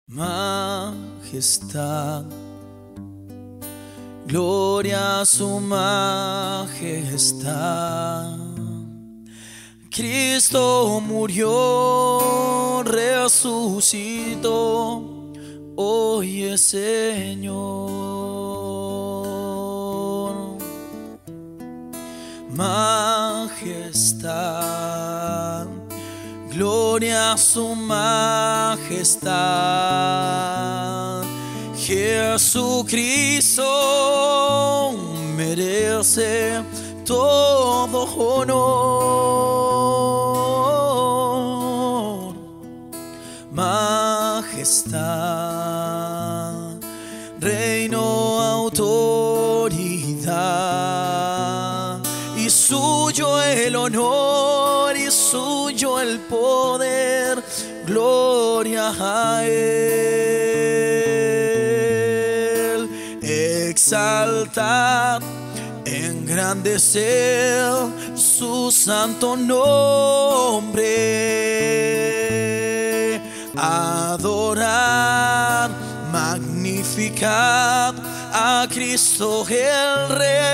Majestad, gloria a su majestad. Cristo murió, resucitó, hoy es Señor. Majestad, gloria a su majestad. Jesucristo merece todo honor. Majestad, reino, autoridad, y suyo el honor y suyo el poder. Gloria a Él. Exaltar, engrandecer su santo nombre. Adorar, magnificar a Cristo el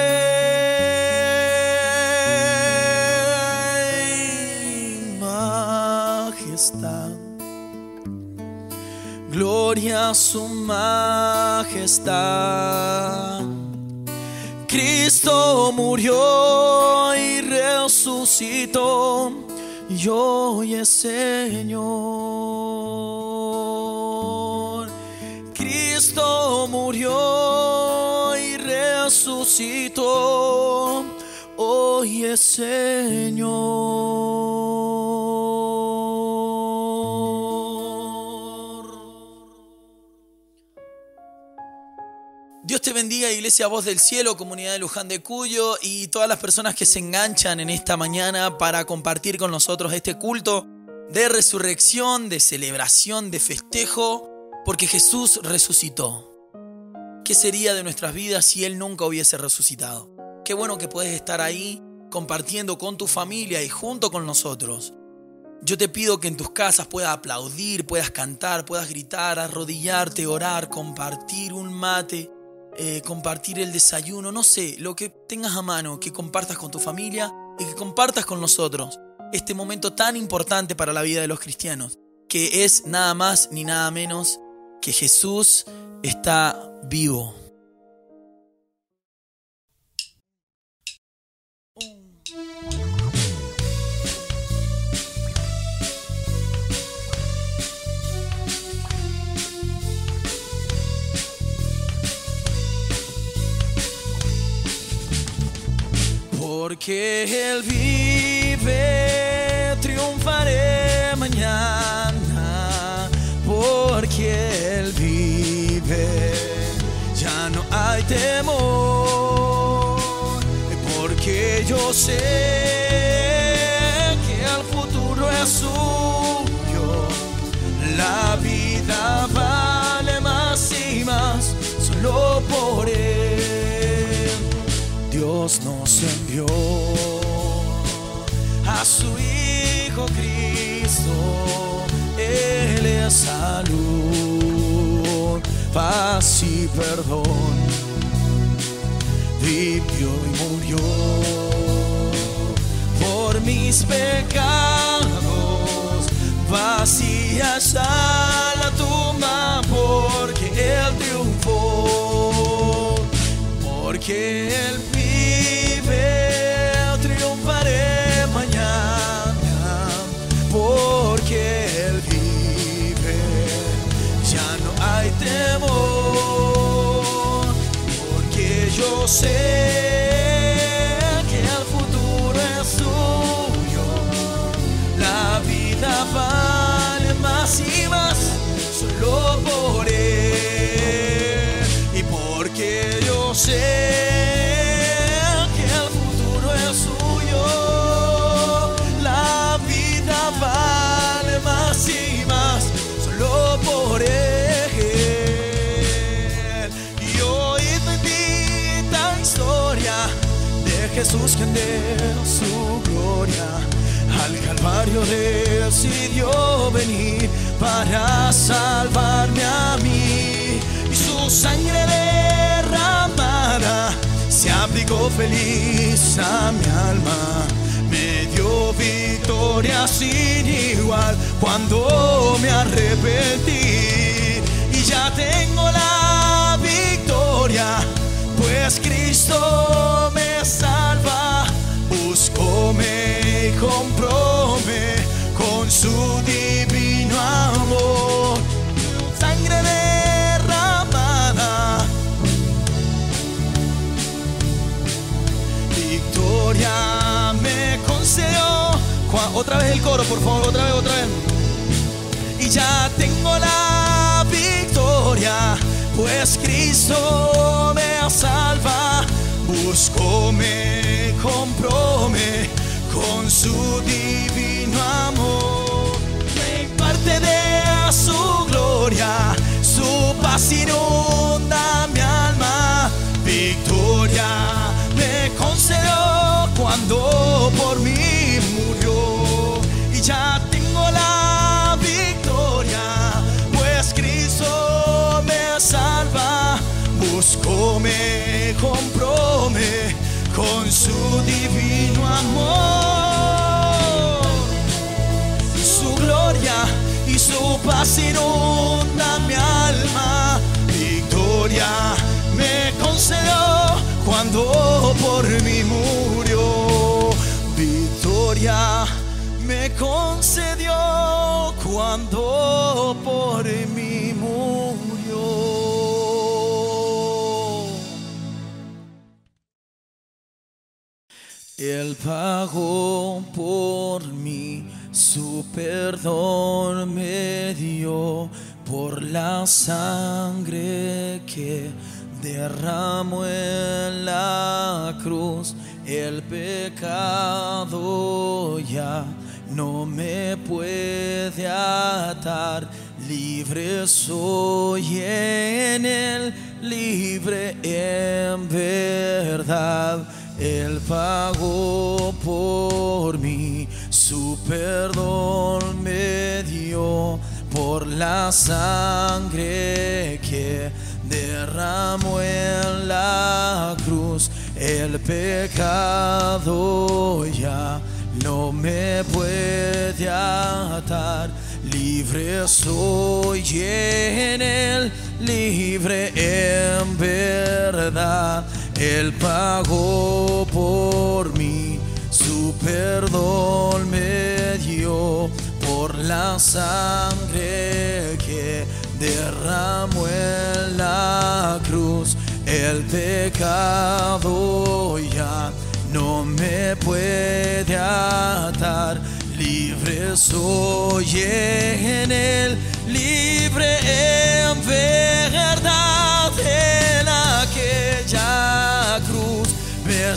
Rey. Majestad, gloria a su majestad. Cristo murió y resucitó, y hoy es Señor. Cristo murió y resucitó, hoy es Señor. Dios te bendiga, Iglesia Voz del Cielo, comunidad de Luján de Cuyo, y todas las personas que se enganchan en esta mañana para compartir con nosotros este culto de resurrección, de celebración, de festejo, porque Jesús resucitó. ¿Qué sería de nuestras vidas si Él nunca hubiese resucitado? Qué bueno que puedes estar ahí compartiendo con tu familia y junto con nosotros. Yo te pido que en tus casas puedas aplaudir, puedas cantar, puedas gritar, arrodillarte, orar, compartir un mate, compartir el desayuno, no sé, lo que tengas a mano, que compartas con tu familia y que compartas con nosotros este momento tan importante para la vida de los cristianos, que es nada más ni nada menos que Jesús está vivo. Porque Él vive, triunfaré mañana. Porque Él vive, ya no hay temor. Porque yo sé que el futuro es suyo. La vida vale más y más solo por Él. Dios nos envió a su Hijo Cristo. Él es salud, paz y perdón. Vivió y murió por mis pecados. Vacía está la tumba porque Él triunfó. Porque Él triunfaré mañana, porque Él vive, ya no hay temor, porque yo sé que el futuro es suyo. La vida vale más y más solo por Él, y porque yo sé vale más y más solo por Él. Y hoy bendita historia de Jesús que anheló su gloria. Al Calvario decidió venir para salvarme a mí, y su sangre derramada se aplicó feliz a mi alma. Me dio victoria sin igual cuando me arrepentí, y ya tengo la victoria, pues Cristo me salva. Búscome y compróme con su divino amor. Sangre derramada, victoria me concedió. Otra vez el coro, por favor, otra vez. Y ya tengo la victoria, pues Cristo me salva. Búscome, compróme con su divino amor. Me imparte de su gloria, su paz inunda mi alma. Victoria me concedió cuando por mí murió, y ya tengo la victoria, pues Cristo me salva. Búscome, compróme con su divino amor. Su gloria y su paz inunda mi alma. Victoria me concedió cuando por mí murió. Victoria me concedió cuando por mí murió. Él pagó por mí, su perdón me dio, por la sangre que derramó en la cruz. El pecado ya no me puede atar. Libre soy en él, libre en verdad. Él pagó por mí, su perdón me dio, por la sangre que derramó en la cruz. El pecado ya no me puede atar. Libre soy en él, libre en verdad. Él pagó por mí, su perdón me dio, por la sangre que derramó en la cruz. El pecado ya no me puede atar. Libre soy en él, libre en verdad. En aquella cruz me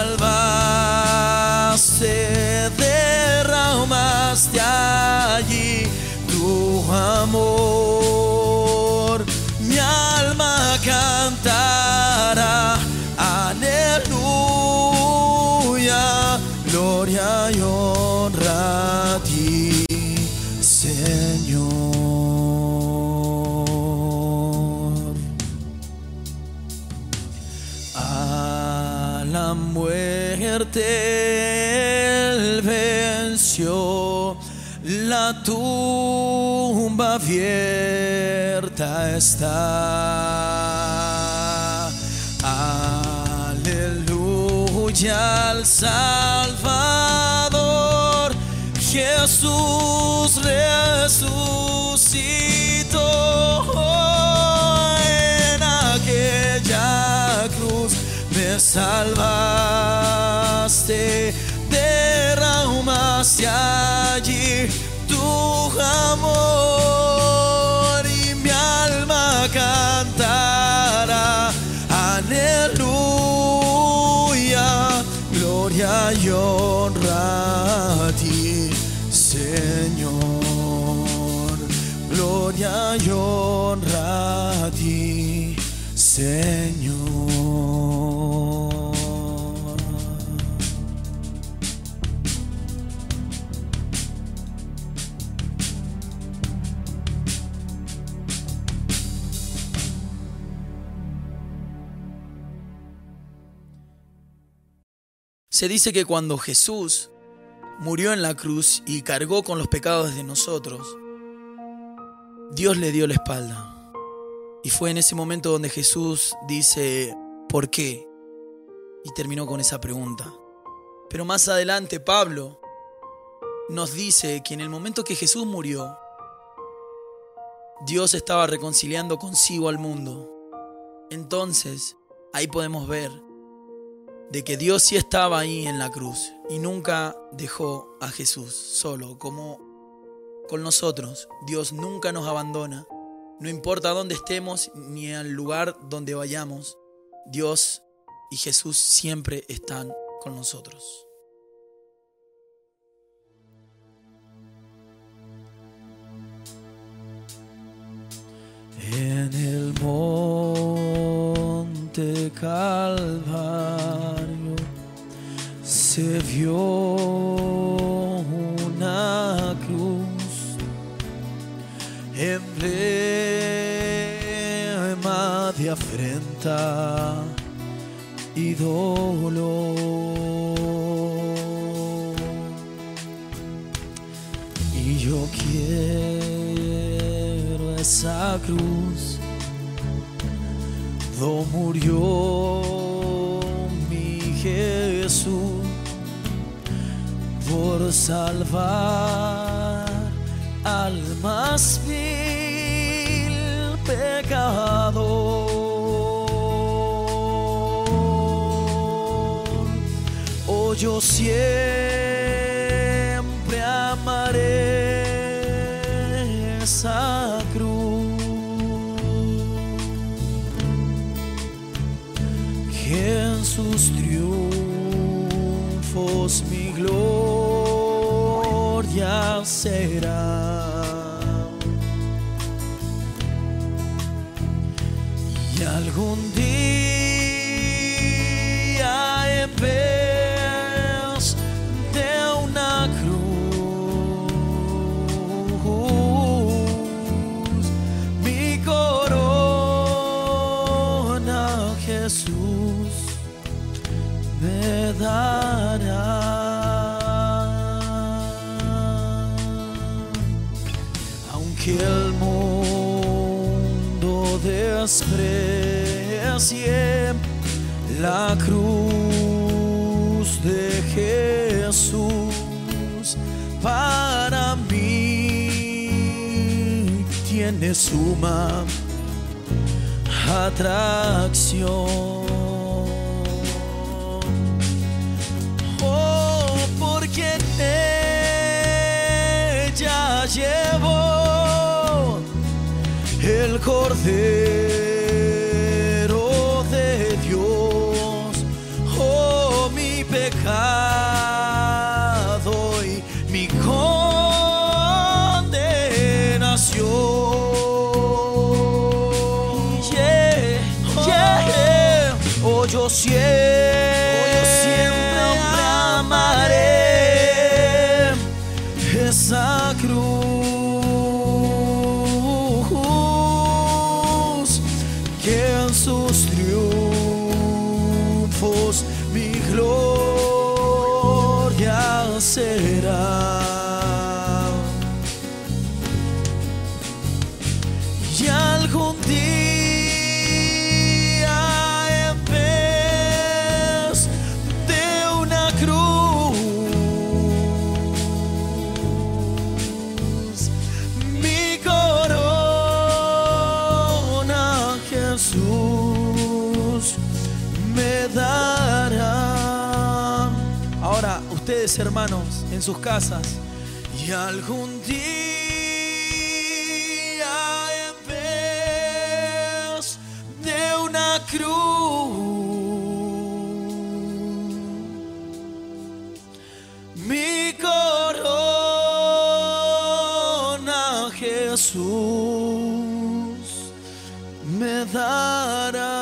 salvaste, derramaste allí tu amor. Mi alma cantará, aleluya, gloria y honra a ti, Señor. A la muerte él venció, la tumba abierta está. Aleluya al Salvador, Jesús resucitó. En aquella cruz me salvaste, derramaste allí tu amor, y mi alma cantará, aleluya, gloria y honra a ti, Señor. Gloria y honra a ti, Señor. Se dice que cuando Jesús murió en la cruz y cargó con los pecados de nosotros, Dios le dio la espalda. Y fue en ese momento donde Jesús dice, ¿por qué? Y terminó con esa pregunta. Pero más adelante Pablo nos dice que en el momento que Jesús murió, Dios estaba reconciliando consigo al mundo. Entonces, ahí podemos ver de que Dios sí estaba ahí en la cruz y nunca dejó a Jesús solo, como con nosotros. Dios nunca nos abandona, no importa dónde estemos ni al lugar donde vayamos. Dios y Jesús siempre están con nosotros. En el monte Calvario se vio una cruz, emblema de afrenta y dolor. Y yo quiero esa cruz donde murió mi Jesús por salvar al más vil pecador. Oh, yo siempre amaré esa cruz, que en sus triunfos mi gloria será. Y algún día en vez de una cruz, mi corona Jesús me dará. Aunque el mundo desprecie la cruz de Jesús, para mí tiene suma atracción. Oh, porque en ella llevó el Cordero de Dios, oh, mi pecado y mi condenación. Oh, yo siempre amaré esa cruz, que en sus triunfos mi gloria será. Y algún día en vez de una cruz, mi corona Jesús me dará. Ahora, ustedes, hermanos, en sus casas, y algún día en vez de una cruz, mi corona Jesús me dará.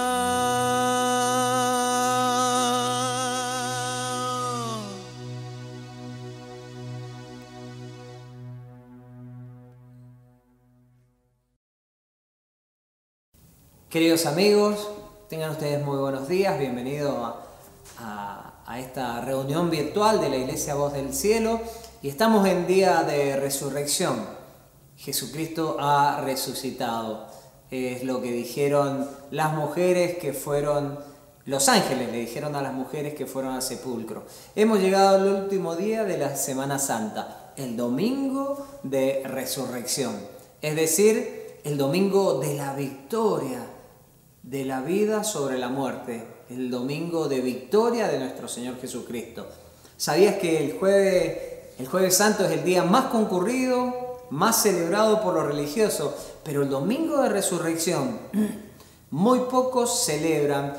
Queridos amigos, tengan ustedes muy buenos días, bienvenidos a a esta reunión virtual de la Iglesia Voz del Cielo y estamos en día de resurrección. Jesucristo ha resucitado. Es lo que dijeron las mujeres que fueron, los ángeles le dijeron a las mujeres que fueron al sepulcro. Hemos llegado al último día de la Semana Santa, el domingo de resurrección. Es decir, el domingo de la victoria de la vida sobre la muerte, el domingo de victoria de nuestro Señor Jesucristo. ¿Sabías que el jueves Santo es el día más concurrido, más celebrado por los religiosos? Pero el domingo de resurrección, muy pocos celebran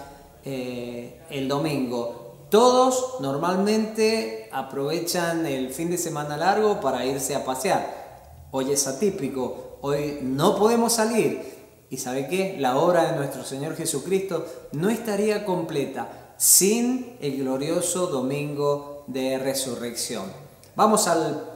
el domingo. Todos normalmente aprovechan el fin de semana largo para irse a pasear. Hoy es atípico, hoy no podemos salir. ¿Y sabe qué? La obra de nuestro Señor Jesucristo no estaría completa sin el glorioso domingo de resurrección. Vamos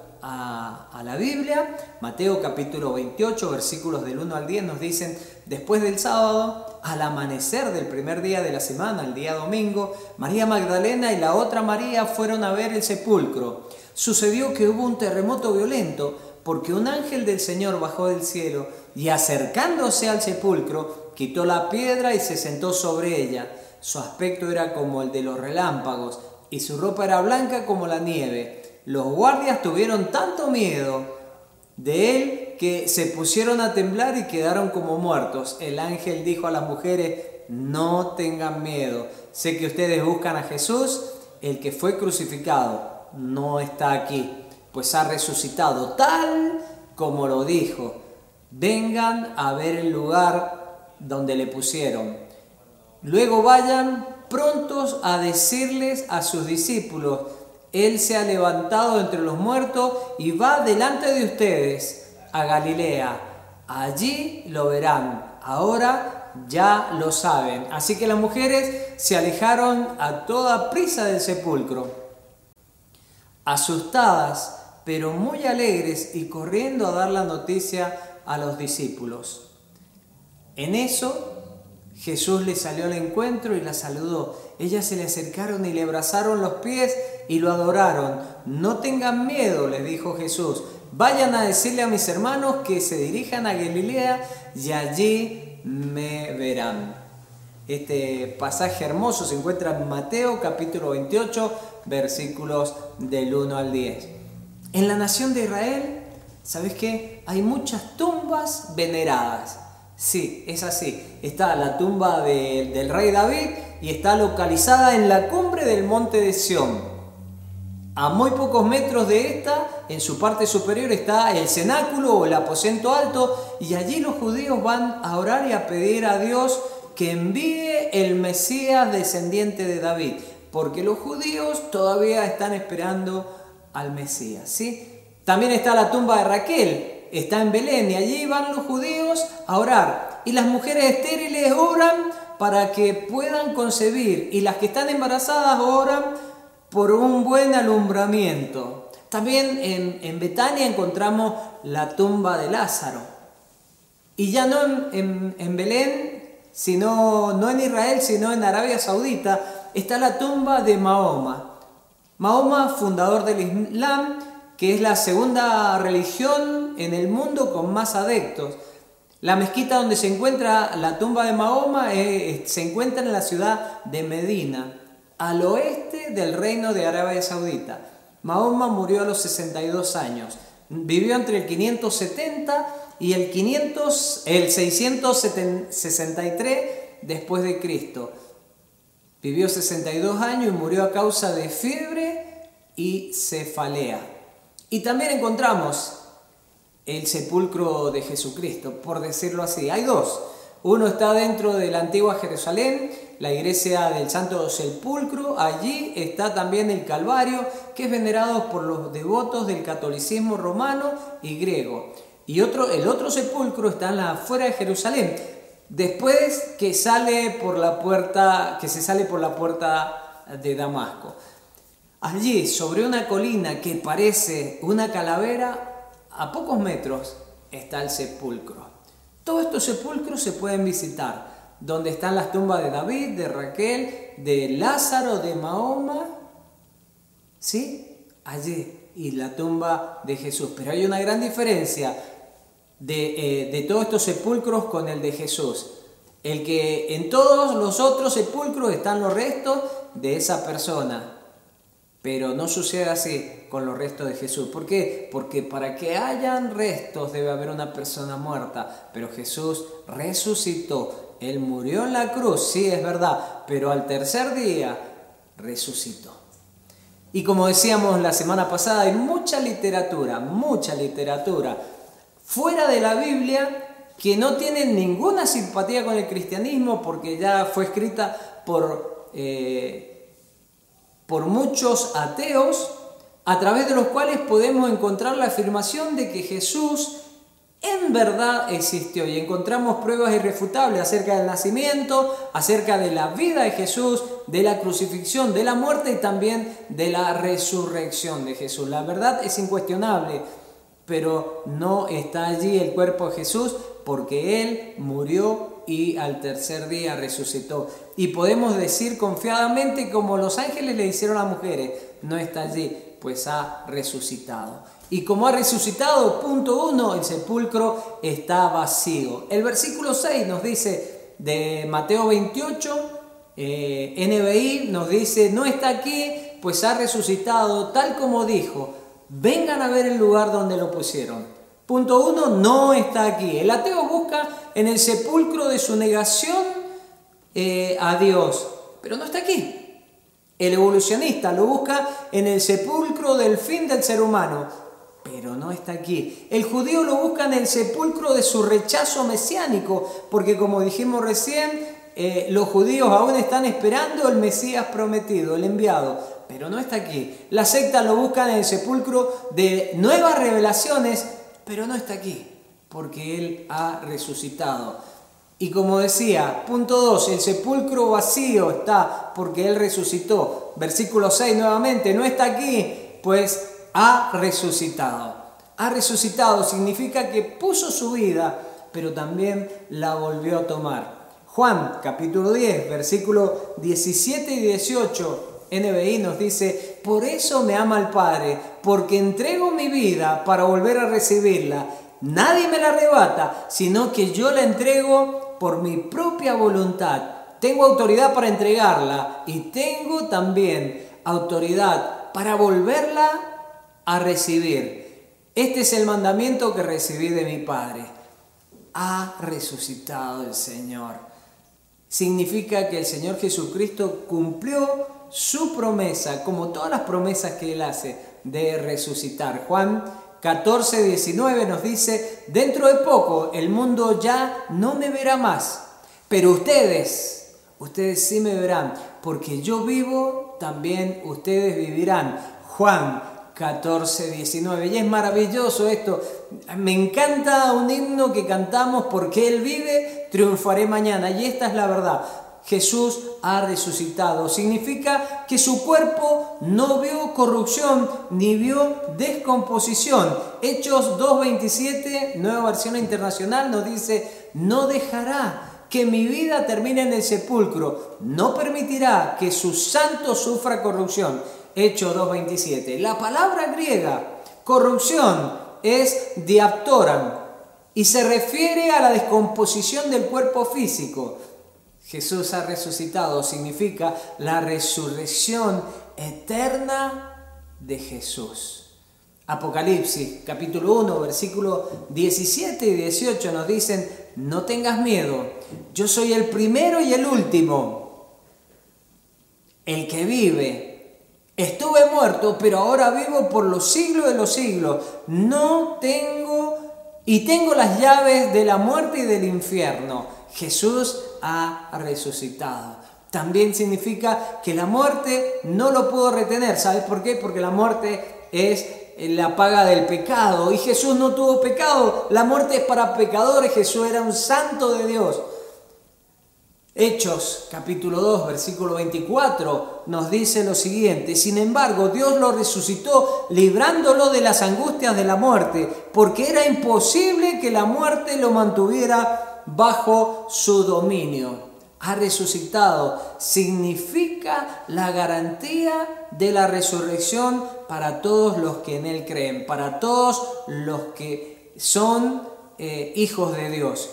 a la Biblia. Mateo capítulo 28, versículos del 1 al 10 nos dicen: después del sábado, al amanecer del primer día de la semana, el día domingo, María Magdalena y la otra María fueron a ver el sepulcro. Sucedió que hubo un terremoto violento, porque un ángel del Señor bajó del cielo y, acercándose al sepulcro, quitó la piedra y se sentó sobre ella. Su aspecto era como el de los relámpagos y su ropa era blanca como la nieve. Los guardias tuvieron tanto miedo de él que se pusieron a temblar y quedaron como muertos. El ángel dijo a las mujeres: no tengan miedo. Sé que ustedes buscan a Jesús, el que fue crucificado. No está aquí, pues ha resucitado tal como lo dijo. Vengan a ver el lugar donde le pusieron. Luego vayan prontos a decirles a sus discípulos: Él se ha levantado entre los muertos y va delante de ustedes a Galilea. Allí lo verán. Ahora ya lo saben. Así que las mujeres se alejaron a toda prisa del sepulcro, asustadas, pero muy alegres, y corriendo a dar la noticia a los discípulos. En eso Jesús les salió al encuentro y las saludó. Ellas se le acercaron y le abrazaron los pies y lo adoraron. No tengan miedo, les dijo Jesús. Vayan a decirle a mis hermanos que se dirijan a Galilea y allí me verán. Este pasaje hermoso se encuentra en Mateo capítulo 28, versículos del 1 al 10. En la nación de Israel, ¿sabes qué? Hay muchas tumbas veneradas. Sí, es así. Está la tumba del rey David y está localizada en la cumbre del monte de Sión. A muy pocos metros de esta, en su parte superior, está el cenáculo o el aposento alto, y allí los judíos van a orar y a pedir a Dios que envíe el Mesías descendiente de David, porque los judíos todavía están esperando al Mesías, ¿sí? También está la tumba de Raquel, está en Belén, y allí van los judíos a orar. Y las mujeres estériles oran para que puedan concebir, y las que están embarazadas oran por un buen alumbramiento. También en Betania encontramos la tumba de Lázaro. Y ya no en Belén, no en Israel, sino en Arabia Saudita, está la tumba de Mahoma. Mahoma, fundador del Islam, que es la segunda religión en el mundo con más adeptos. La mezquita donde se encuentra la tumba de Mahoma se encuentra en la ciudad de Medina, al oeste del reino de Arabia Saudita. Mahoma murió a los 62 años. Vivió entre el 570 y el 663 después de Cristo. Vivió 62 años y murió a causa de fiebre y cefalea. Y también encontramos el sepulcro de Jesucristo, por decirlo así. Hay dos. Uno está dentro de la antigua Jerusalén, la iglesia del Santo Sepulcro. Allí está también el Calvario, que es venerado por los devotos del catolicismo romano y griego. Y el otro sepulcro está fuera de Jerusalén, después que se sale por la puerta de Damasco. Allí, sobre una colina que parece una calavera, a pocos metros está el sepulcro. Todos estos sepulcros se pueden visitar, donde están las tumbas de David, de Raquel, de Lázaro, de Mahoma Sí, allí, y la tumba de Jesús. Pero hay una gran diferencia de todos estos sepulcros con el de Jesús. El que en todos los otros sepulcros están los restos de esa persona. Pero no sucede así con los restos de Jesús. ¿Por qué? Porque para que hayan restos debe haber una persona muerta. Pero Jesús resucitó. Él murió en la cruz, sí, es verdad. Pero al tercer día resucitó. Y como decíamos la semana pasada, hay mucha literatura fuera de la Biblia que no tiene ninguna simpatía con el cristianismo porque ya fue escrita por muchos ateos, a través de los cuales podemos encontrar la afirmación de que Jesús en verdad existió, y encontramos pruebas irrefutables acerca del nacimiento, acerca de la vida de Jesús, de la crucifixión, de la muerte y también de la resurrección de Jesús. La verdad es incuestionable, pero no está allí el cuerpo de Jesús porque Él murió y al tercer día resucitó. Y podemos decir confiadamente, como los ángeles le hicieron a las mujeres, no está allí, pues ha resucitado. Y como ha resucitado, punto 1, el sepulcro está vacío. El versículo 6 nos dice de Mateo 28, NBI nos dice, no está aquí, pues ha resucitado, tal como dijo. Vengan a ver el lugar donde lo pusieron. Punto 1, no está aquí. El ateo busca en el sepulcro de su negación a Dios, pero no está aquí. El evolucionista lo busca en el sepulcro del fin del ser humano, pero no está aquí. El judío lo busca en el sepulcro de su rechazo mesiánico, porque como dijimos recién, los judíos aún están esperando el Mesías prometido, el enviado, pero no está aquí. La secta lo busca en el sepulcro de nuevas revelaciones, pero no está aquí, porque Él ha resucitado. Y como decía, punto 2, el sepulcro vacío está porque Él resucitó. Versículo 6 nuevamente, no está aquí, pues ha resucitado. Ha resucitado significa que puso su vida, pero también la volvió a tomar. Juan capítulo 10, versículo 17 y 18, NBI nos dice, por eso me ama el Padre, porque entrego mi vida para volver a recibirla. Nadie me la arrebata, sino que yo la entrego por mi propia voluntad. Tengo autoridad para entregarla y tengo también autoridad para volverla a recibir. Este es el mandamiento que recibí de mi Padre. Ha resucitado el Señor. Significa que el Señor Jesucristo cumplió su promesa, como todas las promesas que Él hace, de resucitar. Juan 14, 19 nos dice, dentro de poco el mundo ya no me verá más, pero ustedes sí me verán, porque yo vivo, también ustedes vivirán. Juan 14, 19. Y es maravilloso esto. Me encanta un himno que cantamos, porque Él vive, triunfaré mañana. Y esta es la verdad. Jesús ha resucitado. Significa que su cuerpo no vio corrupción ni vio descomposición. Hechos 2:27, Nueva Versión Internacional, nos dice, no dejará que mi vida termine en el sepulcro. No permitirá que su santo sufra corrupción. Hechos 2:27. La palabra griega corrupción es diaptoran y se refiere a la descomposición del cuerpo físico. Jesús ha resucitado significa la resurrección eterna de Jesús. Apocalipsis capítulo 1 versículos 17 y 18 nos dicen, no tengas miedo, yo soy el primero y el último, el que vive. Estuve muerto, pero ahora vivo por los siglos de los siglos. Tengo las llaves de la muerte y del infierno. Jesús ha resucitado. También significa que la muerte no lo pudo retener. ¿Sabes por qué? Porque la muerte es la paga del pecado. Y Jesús no tuvo pecado. La muerte es para pecadores. Jesús era un santo de Dios. Hechos capítulo 2 versículo 24 nos dice lo siguiente, sin embargo Dios lo resucitó librándolo de las angustias de la muerte, porque era imposible que la muerte lo mantuviera bajo su dominio. ha resucitado. Significa la garantía de la resurrección para todos los que en Él creen, para todos los que son hijos de Dios.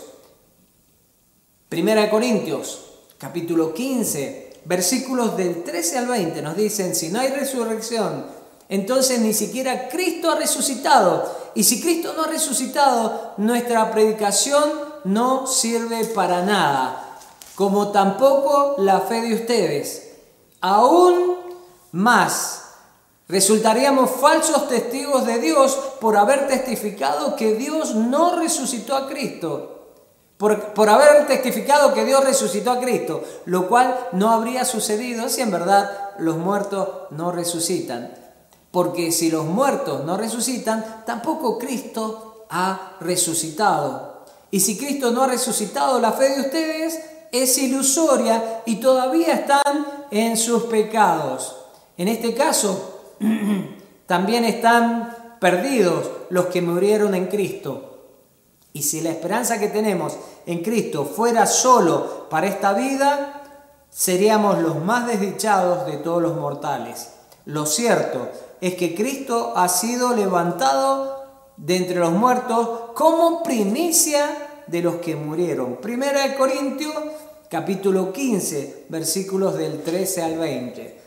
1 Corintios, capítulo 15, versículos del 13 al 20 nos dicen: si no hay resurrección, entonces ni siquiera Cristo ha resucitado. Y si Cristo no ha resucitado, nuestra predicación no sirve para nada, como tampoco la fe de ustedes. Aún más, resultaríamos falsos testigos de Dios por haber testificado que Dios no resucitó a Cristo. Por haber testificado que Dios resucitó a Cristo, lo cual no habría sucedido si en verdad los muertos no resucitan. Porque si los muertos no resucitan, tampoco Cristo ha resucitado. Y si Cristo no ha resucitado, la fe de ustedes es ilusoria y todavía están en sus pecados. En este caso, también están perdidos los que murieron en Cristo. Y si la esperanza que tenemos en Cristo fuera solo para esta vida, seríamos los más desdichados de todos los mortales. Lo cierto es que Cristo ha sido levantado de entre los muertos como primicia de los que murieron. 1 Corintios, capítulo 15, versículos del 13 al 20.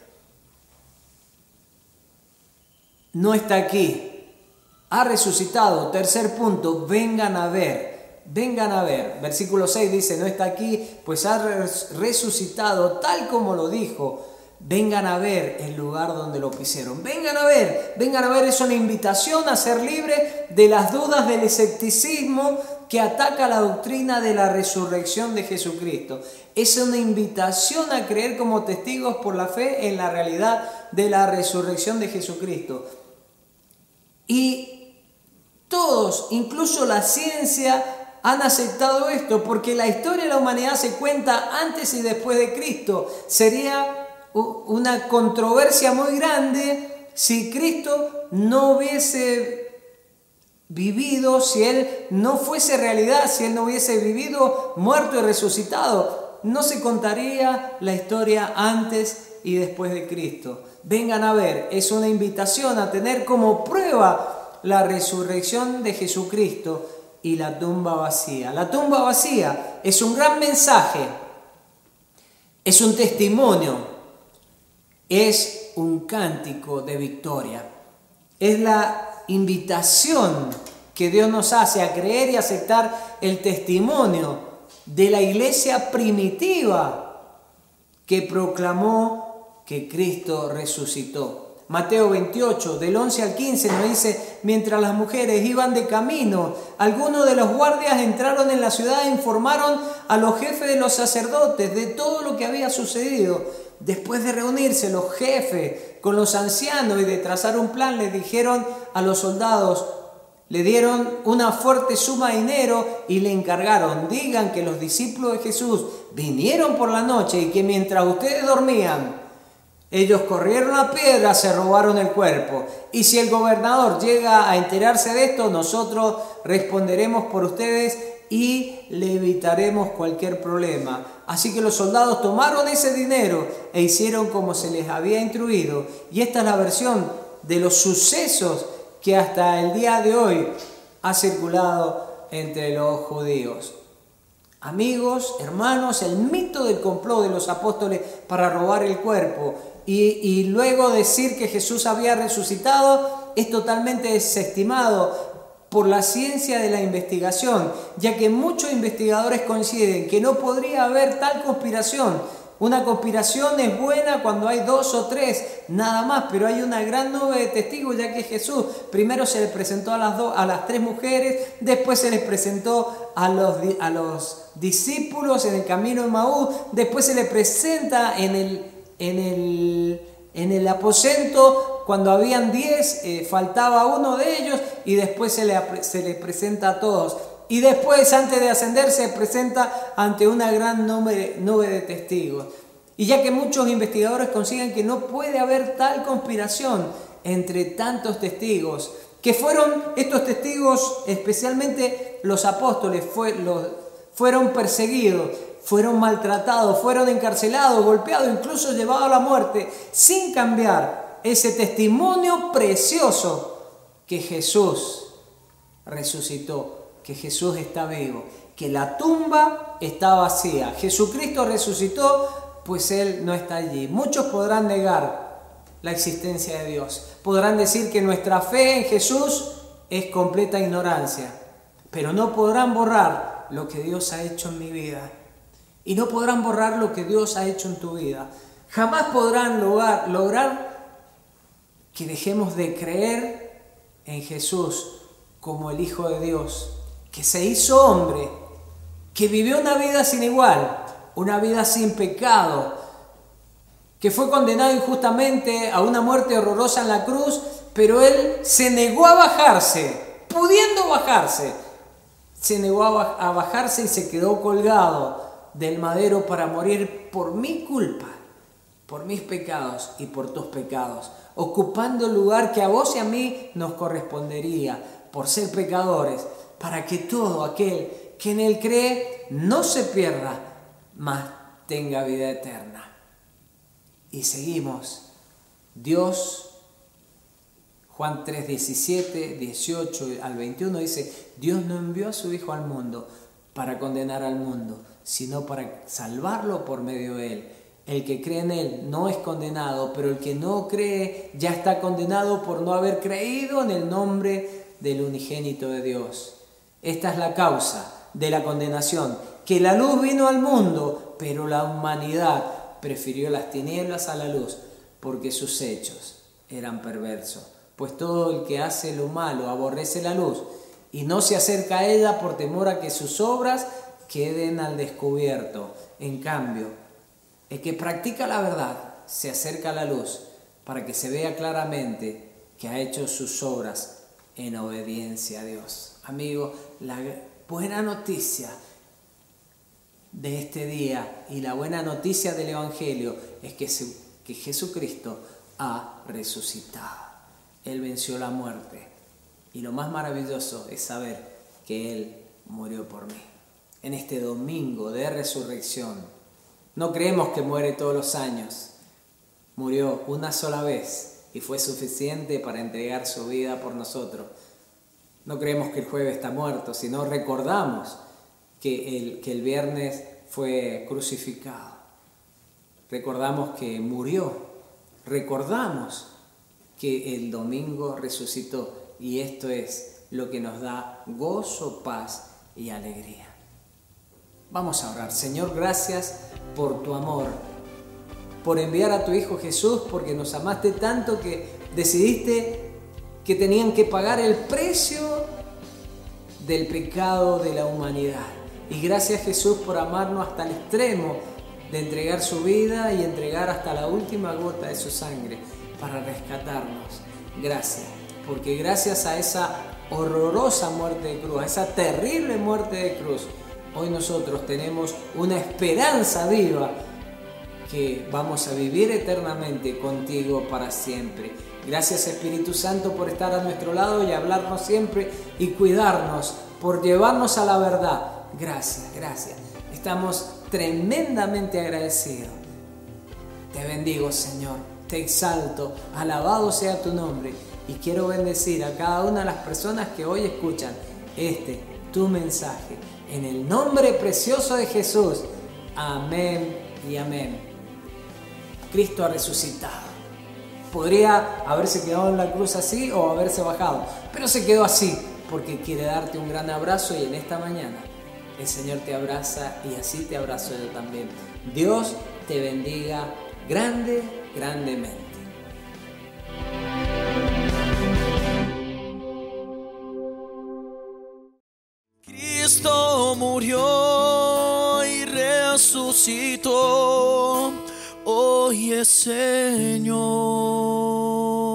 No está aquí. Ha resucitado. Tercer punto, vengan a ver. Vengan a ver. Versículo 6 dice: no está aquí, pues ha resucitado tal como lo dijo. Vengan a ver el lugar donde lo pusieron. Vengan a ver. Vengan a ver. Es una invitación a ser libre de las dudas del escepticismo que ataca la doctrina de la resurrección de Jesucristo. Es una invitación a creer como testigos por la fe en la realidad de la resurrección de Jesucristo. Y todos, incluso la ciencia, han aceptado esto, porque la historia de la humanidad se cuenta antes y después de Cristo. Sería una controversia muy grande si Cristo no hubiese vivido, si Él no fuese realidad, si Él no hubiese vivido, muerto y resucitado. No se contaría la historia antes y después de Cristo. Vengan a ver, es una invitación a tener como prueba la resurrección de Jesucristo y la tumba vacía. La tumba vacía es un gran mensaje, es un testimonio, es un cántico de victoria. Es la invitación que Dios nos hace a creer y aceptar el testimonio de la iglesia primitiva que proclamó que Cristo resucitó. Mateo 28, del 11 al 15 nos dice: mientras las mujeres iban de camino, algunos de los guardias entraron en la ciudad e informaron a los jefes de los sacerdotes de todo lo que había sucedido. Después de reunirse los jefes con los ancianos y de trazar un plan, les dijeron a los soldados, le dieron una fuerte suma de dinero y le encargaron: digan que los discípulos de Jesús vinieron por la noche y que mientras ustedes dormían, ellos corrieron a piedra, se robaron el cuerpo. Y si el gobernador llega a enterarse de esto, nosotros responderemos por ustedes y le evitaremos cualquier problema. Así que los soldados tomaron ese dinero e hicieron como se les había instruido. Y esta es la versión de los sucesos que hasta el día de hoy ha circulado entre los judíos. Amigos, hermanos, el mito del complot de los apóstoles para robar el cuerpo y luego decir que Jesús había resucitado es totalmente desestimado por la ciencia de la investigación, ya que muchos investigadores coinciden que no podría haber tal conspiración. Una conspiración es buena cuando hay 2 o 3, nada más, pero hay una gran nube de testigos, ya que Jesús primero se le presentó a las 3 mujeres, después se les presentó a los discípulos en el camino de Maús, después se les presenta en el aposento cuando habían 10, faltaba uno de ellos, y después se les presenta a todos. Y después, antes de ascender, se presenta ante una gran nube de testigos. Y ya que muchos investigadores consiguen que no puede haber tal conspiración entre tantos testigos, que fueron estos testigos, especialmente los apóstoles, fueron perseguidos, fueron maltratados, fueron encarcelados, golpeados, incluso llevados a la muerte, sin cambiar ese testimonio precioso que Jesús resucitó, que Jesús está vivo, que la tumba está vacía. Jesucristo resucitó, pues Él no está allí. Muchos podrán negar la existencia de Dios, podrán decir que nuestra fe en Jesús es completa ignorancia, pero no podrán borrar lo que Dios ha hecho en mi vida. Y no podrán borrar lo que Dios ha hecho en tu vida. Jamás podrán lograr que dejemos de creer en Jesús como el Hijo de Dios, que se hizo hombre, que vivió una vida sin igual, una vida sin pecado, que fue condenado injustamente a una muerte horrorosa en la cruz, pero Él se negó a bajarse, pudiendo bajarse, se negó a bajarse y se quedó colgado del madero para morir por mi culpa, por mis pecados y por tus pecados, ocupando el lugar que a vos y a mí nos correspondería por ser pecadores, para que todo aquel que en Él cree no se pierda, mas tenga vida eterna. Y seguimos. Dios, Juan 3, 17, 18 al 21 dice: Dios no envió a su Hijo al mundo para condenar al mundo, sino para salvarlo por medio de Él. El que cree en Él no es condenado, pero el que no cree ya está condenado por no haber creído en el nombre del unigénito de Dios. Esta es la causa de la condenación, que la luz vino al mundo, pero la humanidad prefirió las tinieblas a la luz, porque sus hechos eran perversos. Pues todo el que hace lo malo aborrece la luz y no se acerca a ella por temor a que sus obras queden al descubierto. En cambio, el que practica la verdad se acerca a la luz para que se vea claramente que ha hecho sus obras en obediencia a Dios. Amigo, la buena noticia de este día y la buena noticia del Evangelio es que Jesucristo ha resucitado. Él venció la muerte. Y lo más maravilloso es saber que Él murió por mí. En este domingo de resurrección, no creemos que muere todos los años. Murió una sola vez y fue suficiente para entregar su vida por nosotros. No creemos que el jueves está muerto, sino recordamos que el viernes fue crucificado. Recordamos que murió. Recordamos que el domingo resucitó. Y esto es lo que nos da gozo, paz y alegría. Vamos a orar. Señor, gracias por tu amor, por enviar a tu Hijo Jesús, porque nos amaste tanto que decidiste que tenían que pagar el precio del pecado de la humanidad. Y gracias, Jesús, por amarnos hasta el extremo de entregar su vida y entregar hasta la última gota de su sangre para rescatarnos. Gracias, porque gracias a esa horrorosa muerte de cruz, a esa terrible muerte de cruz, hoy nosotros tenemos una esperanza viva que vamos a vivir eternamente contigo para siempre. Gracias, Espíritu Santo, por estar a nuestro lado y hablarnos siempre y cuidarnos, por llevarnos a la verdad. Gracias, gracias. Estamos tremendamente agradecidos. Te bendigo, Señor. Te exalto. Alabado sea tu nombre. Y quiero bendecir a cada una de las personas que hoy escuchan tu mensaje. En el nombre precioso de Jesús. Amén y amén. Cristo ha resucitado. Podría haberse quedado en la cruz así o haberse bajado, pero se quedó así porque quiere darte un gran abrazo, y en esta mañana el Señor te abraza y así te abrazo yo también. Dios te bendiga grandemente. Cristo murió y resucitó, hoy es Señor.